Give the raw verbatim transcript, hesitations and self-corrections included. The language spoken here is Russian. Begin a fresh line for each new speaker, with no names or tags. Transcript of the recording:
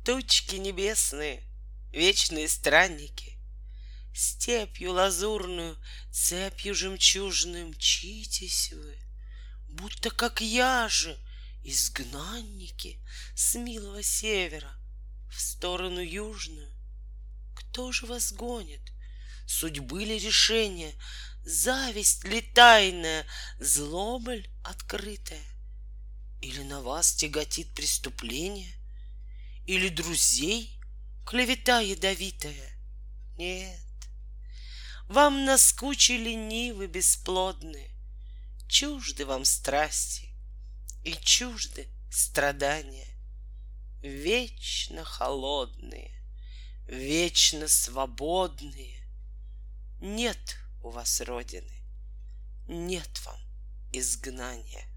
Тучки небесные, вечные странники, степью лазурную, цепью жемчужную мчитесь вы, будто как я же, изгнанники с милого севера в сторону южную. Кто же вас гонит? Судьбы ли решение? Зависть ли тайная? Злоба ль открытая? Или на вас тяготит преступление? Или друзей клевета ядовитая? Нет, вам наскучили нивы бесплодные, чужды вам страсти и чужды страдания, вечно холодные, вечно свободные. Нет у вас родины, нет вам изгнания.